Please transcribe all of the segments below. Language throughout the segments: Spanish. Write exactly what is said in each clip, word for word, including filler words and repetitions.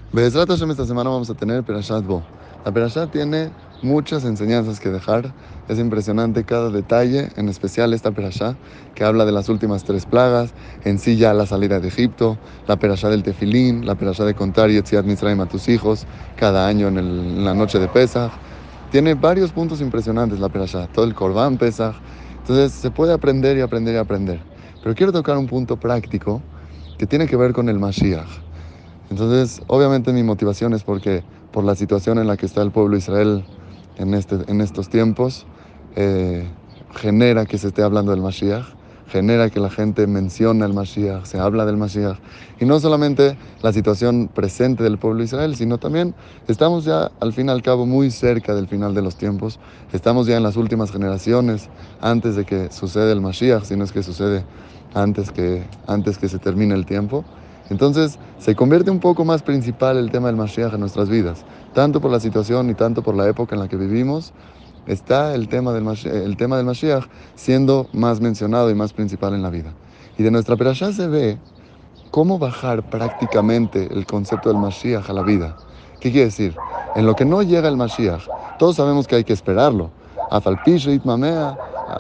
Be'ezrat Hashem, esta semana vamos a tener Perashat Bo. La Perashat tiene muchas enseñanzas que dejar. Es impresionante cada detalle, en especial esta Perashat, que habla de las últimas tres plagas, en sí ya la salida de Egipto, la Perashat del Tefilín, la Perashat de contar Yetziat Mitzrayim a tus hijos cada año en, el, en la noche de Pesach. Tiene varios puntos impresionantes la Perashat, todo el Korban Pesach. Entonces se puede aprender y aprender y aprender. Pero quiero tocar un punto práctico que tiene que ver con el Mashiach. Entonces, obviamente mi motivación es porque por la situación en la que está el pueblo de Israel en, este, en estos tiempos, eh, genera que se esté hablando del Mashiach, genera que la gente menciona el Mashiach, se habla del Mashiach. Y no solamente la situación presente del pueblo de Israel, sino también estamos ya al fin y al cabo muy cerca del final de los tiempos, estamos ya en las últimas generaciones antes de que suceda el Mashiach, si no es que sucede antes que, antes que se termine el tiempo. Entonces se convierte un poco más principal el tema del Mashiach en nuestras vidas, tanto por la situación y tanto por la época en la que vivimos. Está el tema del Mashiach, el tema del Mashiach siendo más mencionado y más principal en la vida. Y de nuestra perashá se ve cómo bajar prácticamente el concepto del Mashiach a la vida. ¿Qué quiere decir? En lo que no llega el Mashiach, todos sabemos que hay que esperarlo. Afalpish mamea,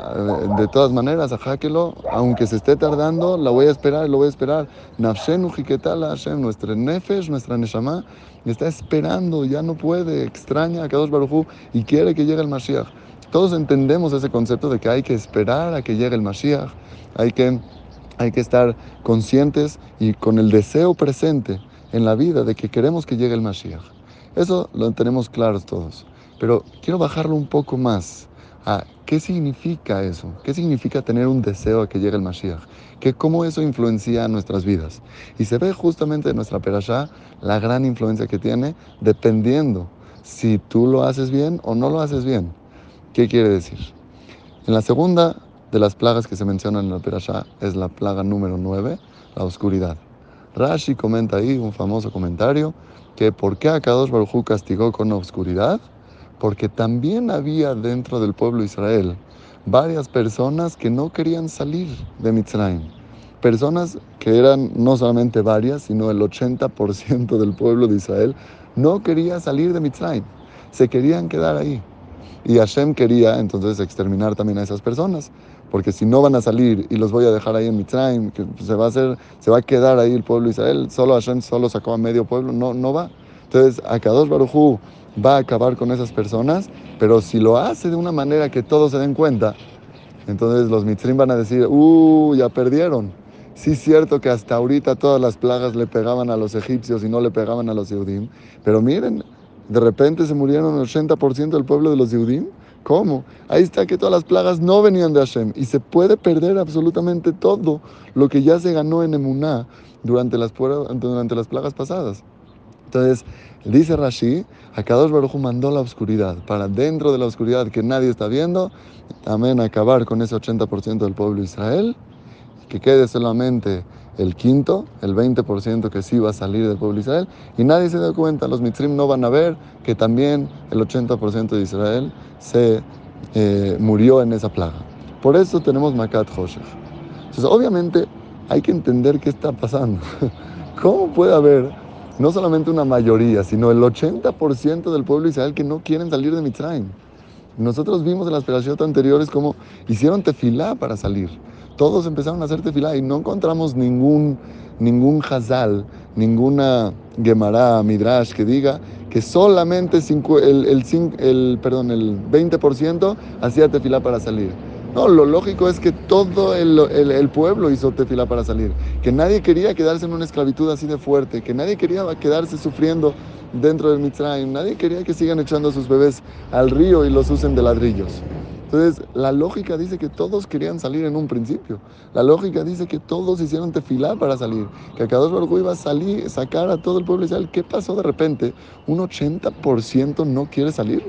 de todas maneras, ajáquelo, aunque se esté tardando, la voy a esperar, lo voy a esperar. Nafshenu jiketala Hashem, nuestra nefesh, nuestra neshama, está esperando, ya no puede, extraña a Kadosh Baruj Hu y quiere que llegue el Mashiach. Todos entendemos ese concepto de que hay que esperar a que llegue el Mashiach, hay que hay que estar conscientes y con el deseo presente en la vida de que queremos que llegue el Mashiach. Eso lo tenemos claros todos. Pero quiero bajarlo un poco más a qué significa eso, qué significa tener un deseo a que llegue el Mashiach, que cómo eso influencia nuestras vidas. Y se ve justamente en nuestra perashá la gran influencia que tiene dependiendo si tú lo haces bien o no lo haces bien. ¿Qué quiere decir? En la segunda de las plagas que se mencionan en la Perashá es la plaga número nueve, la oscuridad. Rashi comenta ahí un famoso comentario que ¿por qué Akadosh Baruj Hu castigó con la oscuridad? Porque también había dentro del pueblo de Israel varias personas que no querían salir de Mitzrayim. Personas que eran no solamente varias, sino el ochenta por ciento del pueblo de Israel no quería salir de Mitzrayim. Se querían quedar ahí. Y Hashem quería entonces exterminar también a esas personas, porque si no van a salir y los voy a dejar ahí en Mitzrayim, que se va a hacer, se va a quedar ahí el pueblo de Israel, solo Hashem solo sacó a medio pueblo, no, no va. Entonces, Akadosh Baruj Hu va a acabar con esas personas, pero si lo hace de una manera que todos se den cuenta, entonces los Mitzrim van a decir, uh, ya perdieron. Sí es cierto que hasta ahorita todas las plagas le pegaban a los egipcios y no le pegaban a los Yehudim, pero miren, de repente se murieron el ochenta por ciento del pueblo de los Yehudim. ¿Cómo? Ahí está que todas las plagas no venían de Hashem y se puede perder absolutamente todo lo que ya se ganó en Emuná durante las, durante las plagas pasadas. Entonces, dice Rashi, Akadosh Baruj Hu mandó la oscuridad para dentro de la oscuridad que nadie está viendo, también acabar con ese ochenta por ciento del pueblo de Israel, que quede solamente el quinto, el veinte por ciento que sí va a salir del pueblo de Israel, y nadie se da cuenta, los Mitzrim no van a ver que también el ochenta por ciento de Israel se eh, murió en esa plaga. Por eso tenemos Makat Hoshech. Entonces, obviamente, hay que entender qué está pasando. ¿Cómo puede haber no solamente una mayoría, sino el ochenta por ciento del pueblo de Israel que no quieren salir de Mitzrayim? Nosotros vimos en las perashot anteriores cómo hicieron tefilá para salir. Todos empezaron a hacer tefilá y no encontramos ningún, ningún hazal, ninguna Gemara, Midrash que diga que solamente cinco, el, el, el, perdón, el veinte por ciento hacía tefilá para salir. No, lo lógico es que todo el, el, el pueblo hizo tefilá para salir, que nadie quería quedarse en una esclavitud así de fuerte, que nadie quería quedarse sufriendo dentro del Mitzrayim, nadie quería que sigan echando a sus bebés al río y los usen de ladrillos. Entonces, la lógica dice que todos querían salir en un principio. La lógica dice que todos hicieron tefilá para salir, que Akadosh Baruj Hu iba a salir, sacar a todo el pueblo de Israel. ¿Qué pasó de repente? ¿Un ochenta por ciento no quiere salir?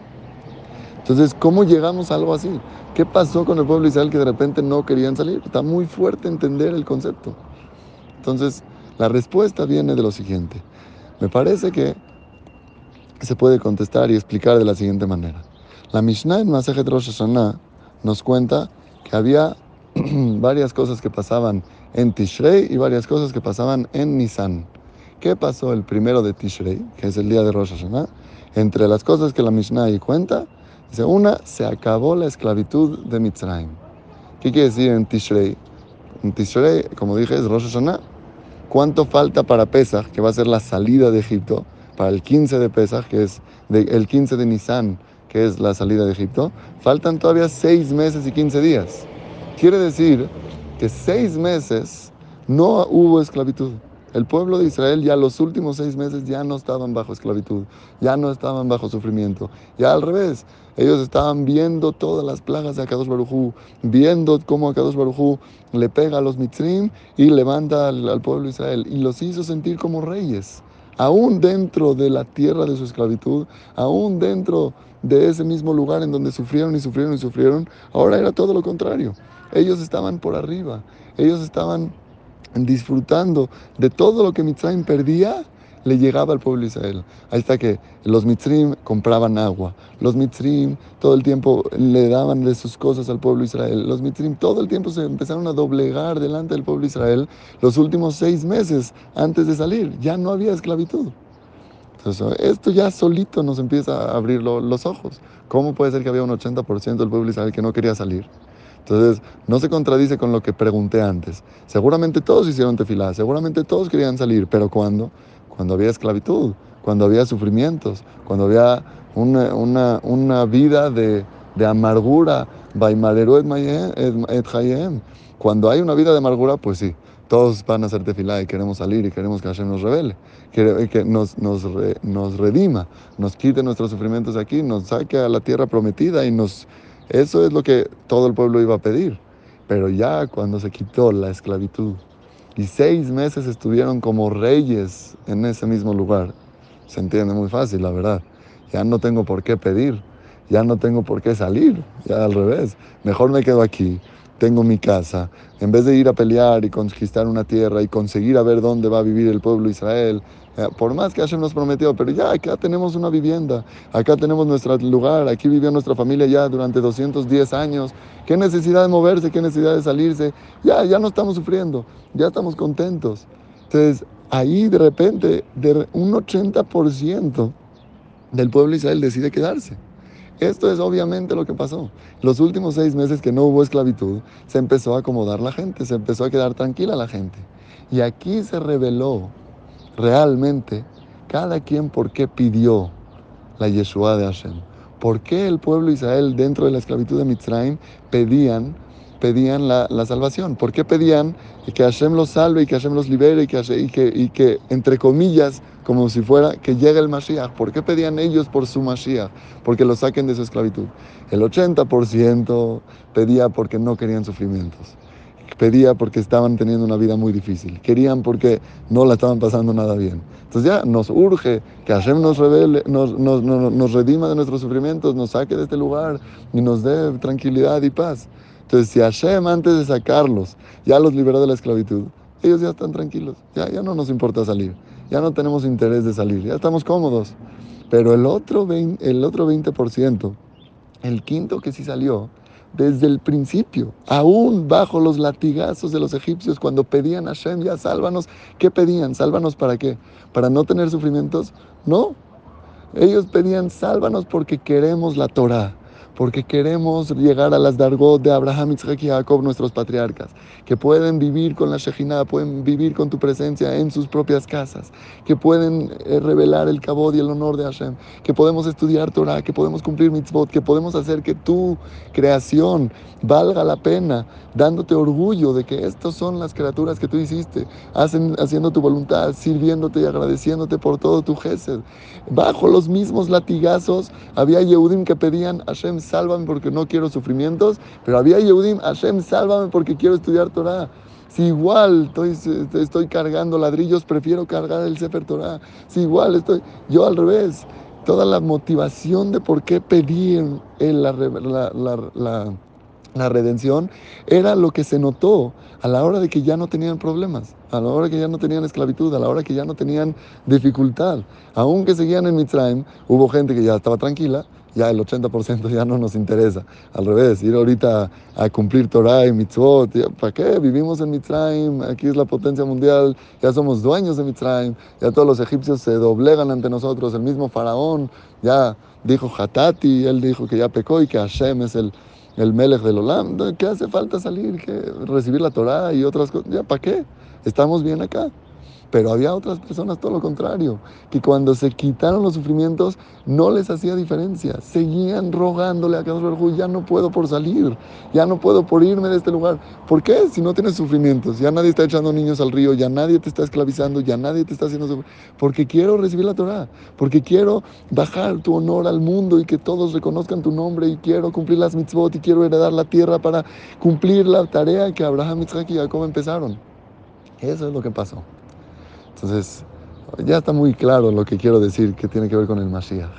Entonces, ¿cómo llegamos a algo así? ¿Qué pasó con el pueblo de Israel que de repente no querían salir? Está muy fuerte entender el concepto. Entonces, la respuesta viene de lo siguiente. Me parece que se puede contestar y explicar de la siguiente manera. La Mishnah en Masejet Rosh Hashanah nos cuenta que había varias cosas que pasaban en Tishrei y varias cosas que pasaban en Nisan. ¿Qué pasó el primero de Tishrei, que es el día de Rosh Hashanah? Entre las cosas que la Mishnah ahí cuenta, dice, una, se acabó la esclavitud de Mitzrayim. ¿Qué quiere decir en Tishrei? En Tishrei, como dije, es Rosh Hashanah. ¿Cuánto falta para Pesach, que va a ser la salida de Egipto? Para el quince de Pesach, que es de, el quince de Nisan, que es la salida de Egipto. Faltan todavía seis meses y quince días. Quiere decir que seis meses no hubo esclavitud. El pueblo de Israel ya los últimos seis meses ya no estaban bajo esclavitud, ya no estaban bajo sufrimiento. Ya al revés, ellos estaban viendo todas las plagas de Akadosh Baruj Hu, viendo cómo Akadosh Baruj Hu le pega a los Mitzrim y levanta al, al pueblo de Israel y los hizo sentir como reyes. Aún dentro de la tierra de su esclavitud, aún dentro de ese mismo lugar en donde sufrieron y sufrieron y sufrieron, ahora era todo lo contrario. Ellos estaban por arriba, ellos estaban disfrutando de todo lo que Mitzrayim perdía, le llegaba al pueblo de Israel. Ahí está que los Mitzrim compraban agua, los Mitzrim todo el tiempo le daban de sus cosas al pueblo de Israel, los Mitzrim todo el tiempo se empezaron a doblegar delante del pueblo de Israel. Los últimos seis meses antes de salir ya no había esclavitud. Entonces, esto ya solito nos empieza a abrir lo, los ojos. ¿Cómo puede ser que había un ochenta por ciento del pueblo de Israel que no quería salir? Entonces, no se contradice con lo que pregunté antes. Seguramente todos hicieron tefilá, seguramente todos querían salir, pero ¿cuándo? Cuando había esclavitud, cuando había sufrimientos, cuando había una, una, una vida de, de amargura. Cuando hay una vida de amargura, pues sí, todos van a hacer tefilá y queremos salir y queremos que Hashem nos revele, que, que nos, nos, re, nos redima, nos quite nuestros sufrimientos de aquí, nos saque a la tierra prometida y nos... Eso es lo que todo el pueblo iba a pedir. Pero ya cuando se quitó la esclavitud y seis meses estuvieron como reyes en ese mismo lugar, se entiende muy fácil, la verdad. Ya no tengo por qué pedir, ya no tengo por qué salir, ya al revés. Mejor me quedo aquí, tengo mi casa. En vez de ir a pelear y conquistar una tierra y conseguir a ver dónde va a vivir el pueblo de Israel, por más que Hashem nos prometió, pero ya acá tenemos una vivienda, acá tenemos nuestro lugar, aquí vivió nuestra familia ya durante doscientos diez años. ¿Qué necesidad de moverse? ¿Qué necesidad de salirse? Ya, ya no estamos sufriendo, ya estamos contentos. Entonces, ahí de repente, de un ochenta por ciento del pueblo de Israel decide quedarse. Esto es obviamente lo que pasó. Los últimos seis meses que no hubo esclavitud, se empezó a acomodar la gente, se empezó a quedar tranquila la gente. Y aquí se reveló realmente cada quien por qué pidió la Yeshua de Hashem. ¿Por qué el pueblo de Israel dentro de la esclavitud de Mitzrayim pedían, pedían la, la salvación? ¿Por qué pedían que Hashem los salve y que Hashem los libere y que, y, que, y que, entre comillas, como si fuera que llegue el Mashiach? ¿Por qué pedían ellos por su Mashiach? Porque lo saquen de su esclavitud. El ochenta por ciento pedía porque no querían sufrimientos. Pedía porque estaban teniendo una vida muy difícil. Querían porque no la estaban pasando nada bien. Entonces ya nos urge que Hashem nos revele, nos, nos, nos, nos redima de nuestros sufrimientos, nos saque de este lugar y nos dé tranquilidad y paz. Entonces si Hashem antes de sacarlos ya los liberó de la esclavitud, ellos ya están tranquilos. Ya, ya no nos importa salir. Ya no tenemos interés de salir. Ya estamos cómodos. Pero el otro veinte, el otro veinte por ciento, el quinto que sí salió, desde el principio, aún bajo los latigazos de los egipcios, cuando pedían a Hashem, ya sálvanos, ¿qué pedían? ¿Sálvanos para qué? ¿Para no tener sufrimientos? No. Ellos pedían, sálvanos porque queremos la Torah, porque queremos llegar a las Dargot de Abraham, Isaac y Jacob, nuestros patriarcas, que pueden vivir con la Shejinah, pueden vivir con tu presencia en sus propias casas, que pueden eh, revelar el kabod y el honor de Hashem, que podemos estudiar Torah, que podemos cumplir mitzvot, que podemos hacer que tu creación valga la pena, dándote orgullo de que estas son las criaturas que tú hiciste, hacen, haciendo tu voluntad, sirviéndote y agradeciéndote por todo tu gesed. Bajo los mismos latigazos había Yehudim que pedían, Hashem, sálvame porque no quiero sufrimientos, pero había Yehudim, Hashem, sálvame porque quiero estudiar Torah. Si igual estoy, estoy cargando ladrillos, prefiero cargar el Sefer Torah. Si igual estoy, yo al revés, toda la motivación de por qué pedir la, la, la, la, la redención era lo que se notó a la hora de que ya no tenían problemas, a la hora que ya no tenían esclavitud, a la hora que ya no tenían dificultad. Aunque seguían en Mitzrayim, hubo gente que ya estaba tranquila ya el ochenta por ciento ya no nos interesa. Al revés, ir ahorita a, a cumplir Torah y mitzvot, ¿para qué? Vivimos en Mitzrayim, aquí es la potencia mundial, ya somos dueños de Mitzrayim, ya todos los egipcios se doblegan ante nosotros, el mismo faraón ya dijo Hatati, él dijo que ya pecó y que Hashem es el, el Melech del Olam. ¿Qué hace falta salir? ¿Qué? Recibir la Torah y otras cosas, ¿ya para qué? Estamos bien acá. Pero había otras personas, todo lo contrario, que cuando se quitaron los sufrimientos no les hacía diferencia. Seguían rogándole a Kadosh Baruj Hu, ya no puedo por salir, ya no puedo por irme de este lugar. ¿Por qué? Si no tienes sufrimientos, ya nadie está echando niños al río, ya nadie te está esclavizando, ya nadie te está haciendo sufrir. Porque quiero recibir la Torah, porque quiero bajar tu honor al mundo y que todos reconozcan tu nombre y quiero cumplir las mitzvot y quiero heredar la tierra para cumplir la tarea que Abraham, Isaac y Jacob empezaron. Eso es lo que pasó. Entonces, ya está muy claro lo que quiero decir que tiene que ver con el Mashiach.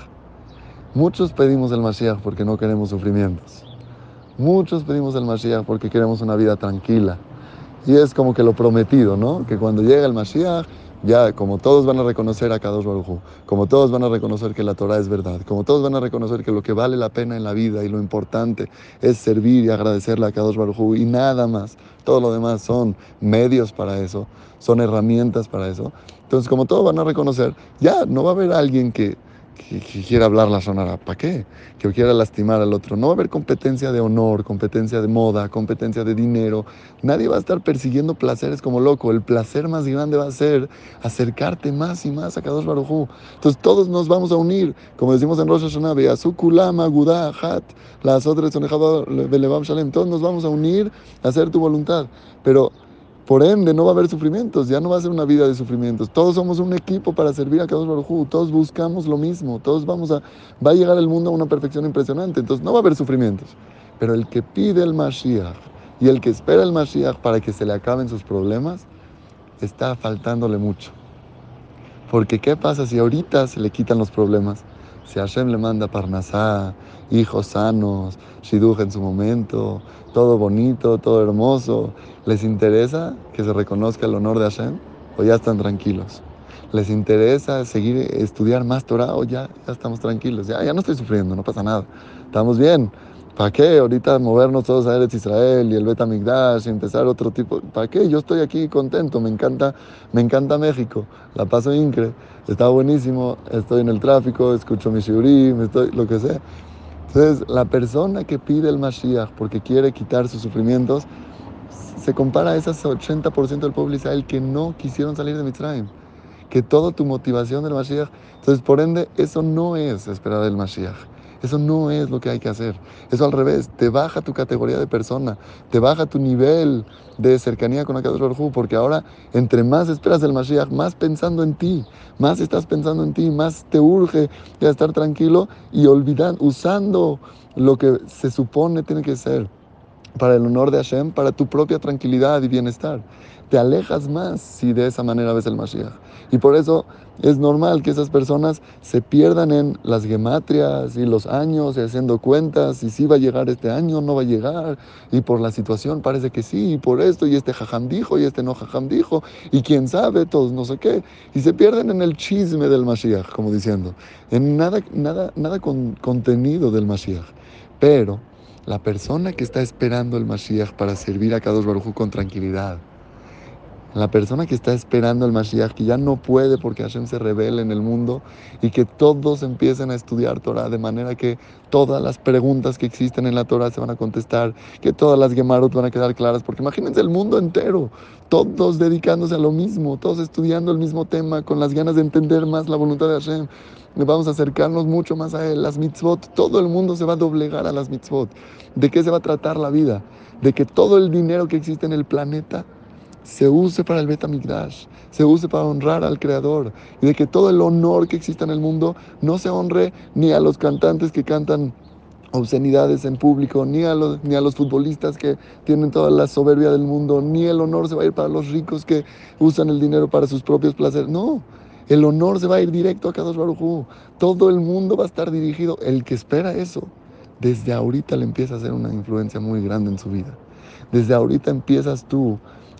Muchos pedimos el Mashiach porque no queremos sufrimientos. Muchos pedimos el Mashiach porque queremos una vida tranquila. Y es como que lo prometido, ¿no? Que cuando llega el Mashiach, ya como todos van a reconocer a Kadosh Baruj Hu, como todos van a reconocer que la Torah es verdad, como todos van a reconocer que lo que vale la pena en la vida y lo importante es servir y agradecerle a Kadosh Baruj Hu y nada más. Todo lo demás son medios para eso, son herramientas para eso. Entonces, como todos van a reconocer, ya no va a haber alguien que, que, que quiera hablar la sonara. ¿Para qué? Que quiera lastimar al otro. No va a haber competencia de honor, competencia de moda, competencia de dinero. Nadie va a estar persiguiendo placeres como loco. El placer más grande va a ser acercarte más y más a Kadosh Baruj Hu. Entonces todos nos vamos a unir, como decimos en Rosh Hashanah, Be'asu kulam agudá hat, la'asot retzon echad ve'levav shalem. Todos nos vamos a unir a hacer tu voluntad. Pero por ende, no va a haber sufrimientos, ya no va a ser una vida de sufrimientos. Todos somos un equipo para servir a Kadosh Baruj Hu, todos buscamos lo mismo, todos vamos a, va a llegar el mundo a una perfección impresionante, entonces no va a haber sufrimientos. Pero el que pide el Mashiach y el que espera el Mashiach para que se le acaben sus problemas, está faltándole mucho. Porque ¿qué pasa si ahorita se le quitan los problemas? Si Hashem le manda Parnasá, hijos sanos, Shidduch en su momento, todo bonito, todo hermoso, ¿les interesa que se reconozca el honor de Hashem? ¿O ya están tranquilos? ¿Les interesa seguir estudiar más Torah o ya, ya estamos tranquilos? Ya, ya no estoy sufriendo, no pasa nada. Estamos bien. ¿Para qué ahorita movernos todos a Eretz Israel y el Bet HaMikdash y empezar otro tipo? ¿Para qué? Yo estoy aquí contento, me encanta, me encanta México, la paso increíble, está buenísimo, estoy en el tráfico, escucho mi shiurim, estoy lo que sea. Entonces, la persona que pide el Mashiach porque quiere quitar sus sufrimientos, se compara a ese ochenta por ciento del pueblo de Israel que no quisieron salir de Mitzrayim, que toda tu motivación del Mashiach, entonces por ende, eso no es esperar el Mashiach. Eso no es lo que hay que hacer. Eso al revés, te baja tu categoría de persona, te baja tu nivel de cercanía con Akadosh Baruj Hu, porque ahora, entre más esperas el Mashiach, más pensando en ti, más estás pensando en ti, más te urge ya estar tranquilo y olvidando, usando lo que se supone tiene que ser para el honor de Hashem, para tu propia tranquilidad y bienestar. Te alejas más si de esa manera ves el Mashiach. Y por eso es normal que esas personas se pierdan en las gematrias y los años y haciendo cuentas y si va a llegar este año, no va a llegar, y por la situación parece que sí, y por esto, y este jajam dijo, y este no jajam dijo, y quién sabe, todos no sé qué, y se pierden en el chisme del Mashiach, como diciendo, en nada, nada, nada con contenido del Mashiach. Pero la persona que está esperando el Mashiach para servir a Kadosh Baruj Hu con tranquilidad, la persona que está esperando el Mashiach, que ya no puede porque Hashem se revela en el mundo y que todos empiecen a estudiar Torah de manera que todas las preguntas que existen en la Torah se van a contestar, que todas las Gemarot van a quedar claras, porque imagínense el mundo entero, todos dedicándose a lo mismo, todos estudiando el mismo tema, con las ganas de entender más la voluntad de Hashem. Vamos a acercarnos mucho más a él, las mitzvot, todo el mundo se va a doblegar a las mitzvot. ¿De qué se va a tratar la vida? De que todo el dinero que existe en el planeta se use para el Bet HaMikdash, se use para honrar al Creador, y de que todo el honor que exista en el mundo no se honre ni a los cantantes que cantan obscenidades en público, ni a, los, ni a los futbolistas que tienen toda la soberbia del mundo, ni el honor se va a ir para los ricos que usan el dinero para sus propios placeres. No, el honor se va a ir directo a Kadosh Baruj Hu. Todo el mundo va a estar dirigido. El que espera eso, desde ahorita le empieza a hacer una influencia muy grande en su vida. Desde ahorita empiezas tú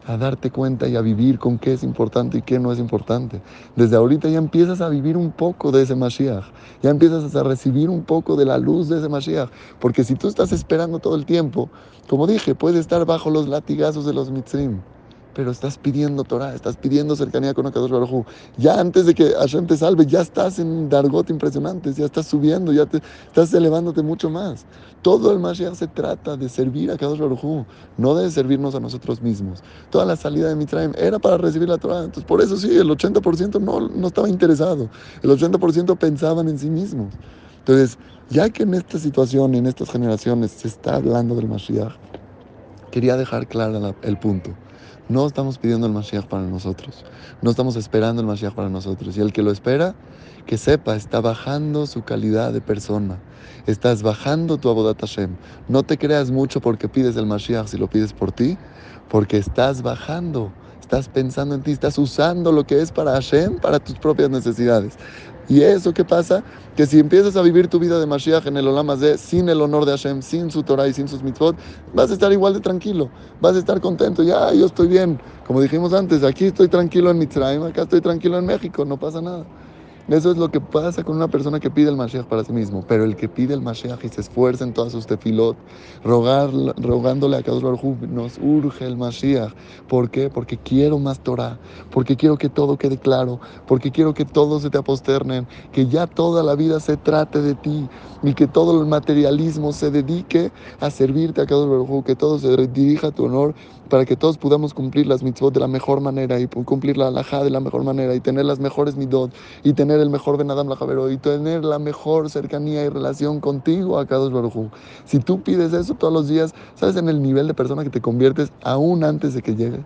a darte cuenta y a vivir con qué es importante y qué no es importante. Desde ahorita ya empiezas a vivir un poco de ese Mashiach, ya empiezas a recibir un poco de la luz de ese Mashiach, porque si tú estás esperando todo el tiempo, como dije, puedes estar bajo los latigazos de los mitzrim, pero estás pidiendo Torah, estás pidiendo cercanía con Akadosh Baruj Hu. Ya antes de que Hashem te salve, ya estás en dargot impresionantes, ya estás subiendo, ya te, estás elevándote mucho más. Todo el Mashiach se trata de servir a Akadosh Baruj Hu, no de servirnos a nosotros mismos. Toda la salida de Mitzrayim era para recibir la Torah. Entonces, por eso sí, el ochenta por ciento no, no estaba interesado. El ochenta por ciento pensaban en sí mismos. Entonces, ya que en esta situación, en estas generaciones, se está hablando del Mashiach, quería dejar claro el punto. No estamos pidiendo el Mashiach para nosotros. No estamos esperando el Mashiach para nosotros. Y el que lo espera, que sepa, está bajando su calidad de persona. Estás bajando tu Avodat Hashem. No te creas mucho porque pides el Mashiach si lo pides por ti, porque estás bajando. Estás pensando en ti, estás usando lo que es para Hashem, para tus propias necesidades. ¿Y eso qué pasa? Que si empiezas a vivir tu vida de Mashiach en el Olam Hazé, sin el honor de Hashem, sin su Torah y sin sus mitzvot, vas a estar igual de tranquilo, vas a estar contento, ya, yo estoy bien. Como dijimos antes, aquí estoy tranquilo en Mitzrayim, acá estoy tranquilo en México, no pasa nada. Eso es lo que pasa con una persona que pide el Mashiach para sí mismo. Pero el que pide el Mashiach y se esfuerza en todas sus tefilot, rogar, rogándole a Kadosh Baruj Hu, nos urge el Mashiach. ¿Por qué? Porque quiero más Torah, porque quiero que todo quede claro, porque quiero que todos se te aposternen, que ya toda la vida se trate de ti y que todo el materialismo se dedique a servirte a Kadosh Baruj Hu, que todo se dirija a tu honor, para que todos podamos cumplir las mitzvot de la mejor manera y cumplir la halajá de la mejor manera y tener las mejores midot y tener el mejor Ben Adam Lajavero y tener la mejor cercanía y relación contigo a Kadosh Baruj Hu. Si tú pides eso todos los días, ¿sabes en el nivel de persona que te conviertes aún antes de que llegue?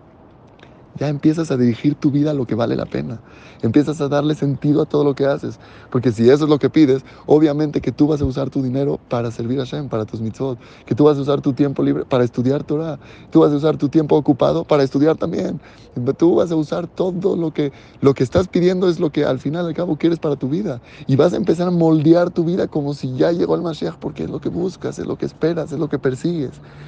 Ya empiezas a dirigir tu vida a lo que vale la pena. Empiezas a darle sentido a todo lo que haces. Porque si eso es lo que pides, obviamente que tú vas a usar tu dinero para servir a Hashem, para tus mitzvot. Que tú vas a usar tu tiempo libre para estudiar Torah. Tú vas a usar tu tiempo ocupado para estudiar también. Tú vas a usar todo lo que, lo que estás pidiendo es lo que al final al cabo quieres para tu vida. Y vas a empezar a moldear tu vida como si ya llegó el Mashiach, porque es lo que buscas, es lo que esperas, es lo que persigues.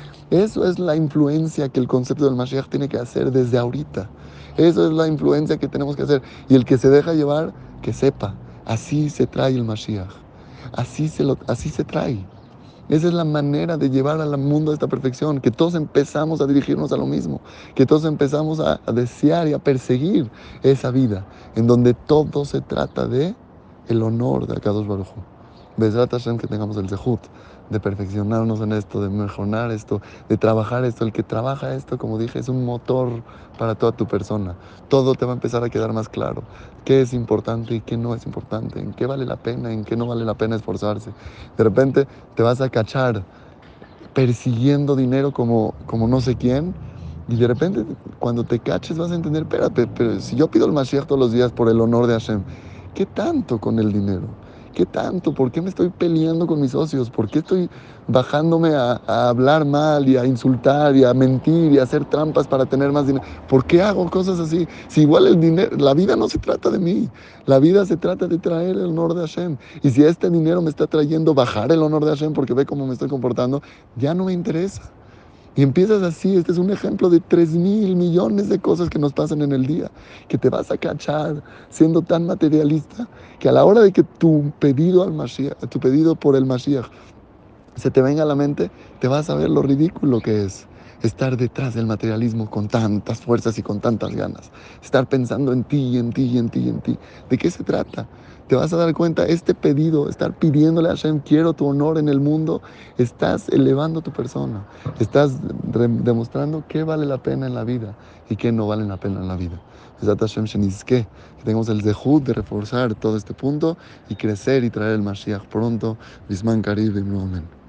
Eso es la influencia que el concepto del Mashiach tiene que hacer desde ahorita. Eso es la influencia que tenemos que hacer. Y el que se deja llevar, que sepa, así se trae el Mashiach. Así se, lo, así se trae. Esa es la manera de llevar al mundo a esta perfección, que todos empezamos a dirigirnos a lo mismo, que todos empezamos a, a desear y a perseguir esa vida, en donde todo se trata de el honor de Akadosh Baruj Hu. Bezrat Hashem, que tengamos el zehut de perfeccionarnos en esto, de mejorar esto, de trabajar esto. El que trabaja esto, como dije, es un motor para toda tu persona. Todo te va a empezar a quedar más claro. Qué es importante y qué no es importante. En qué vale la pena, en qué no vale la pena esforzarse. De repente te vas a cachar persiguiendo dinero como, como no sé quién. Y de repente, cuando te caches, vas a entender, espérate, pero si yo pido el Mashiach todos los días por el honor de Hashem, ¿qué tanto con el dinero? ¿Qué tanto? ¿Por qué me estoy peleando con mis socios? ¿Por qué estoy bajándome a, a hablar mal y a insultar y a mentir y a hacer trampas para tener más dinero? ¿Por qué hago cosas así? Si igual el dinero, la vida no se trata de mí. La vida se trata de traer el honor de Hashem. Y si este dinero me está trayendo bajar el honor de Hashem porque ve cómo me estoy comportando, ya no me interesa. Y empiezas así. Este es un ejemplo de tres mil millones de cosas que nos pasan en el día, que te vas a cachar siendo tan materialista que a la hora de que tu pedido al Mashiach, tu pedido por el Mashiach se te venga a la mente, te vas a ver lo ridículo que es estar detrás del materialismo con tantas fuerzas y con tantas ganas. Estar pensando en ti y en ti y en ti y en ti. ¿De qué se trata? Te vas a dar cuenta, este pedido, estar pidiéndole a Hashem, quiero tu honor en el mundo, estás elevando tu persona. Estás demostrando qué vale la pena en la vida y qué no vale la pena en la vida. Que tengamos el zehut de reforzar todo este punto y crecer y traer el Mashiach pronto. Bisman Karib, Amén.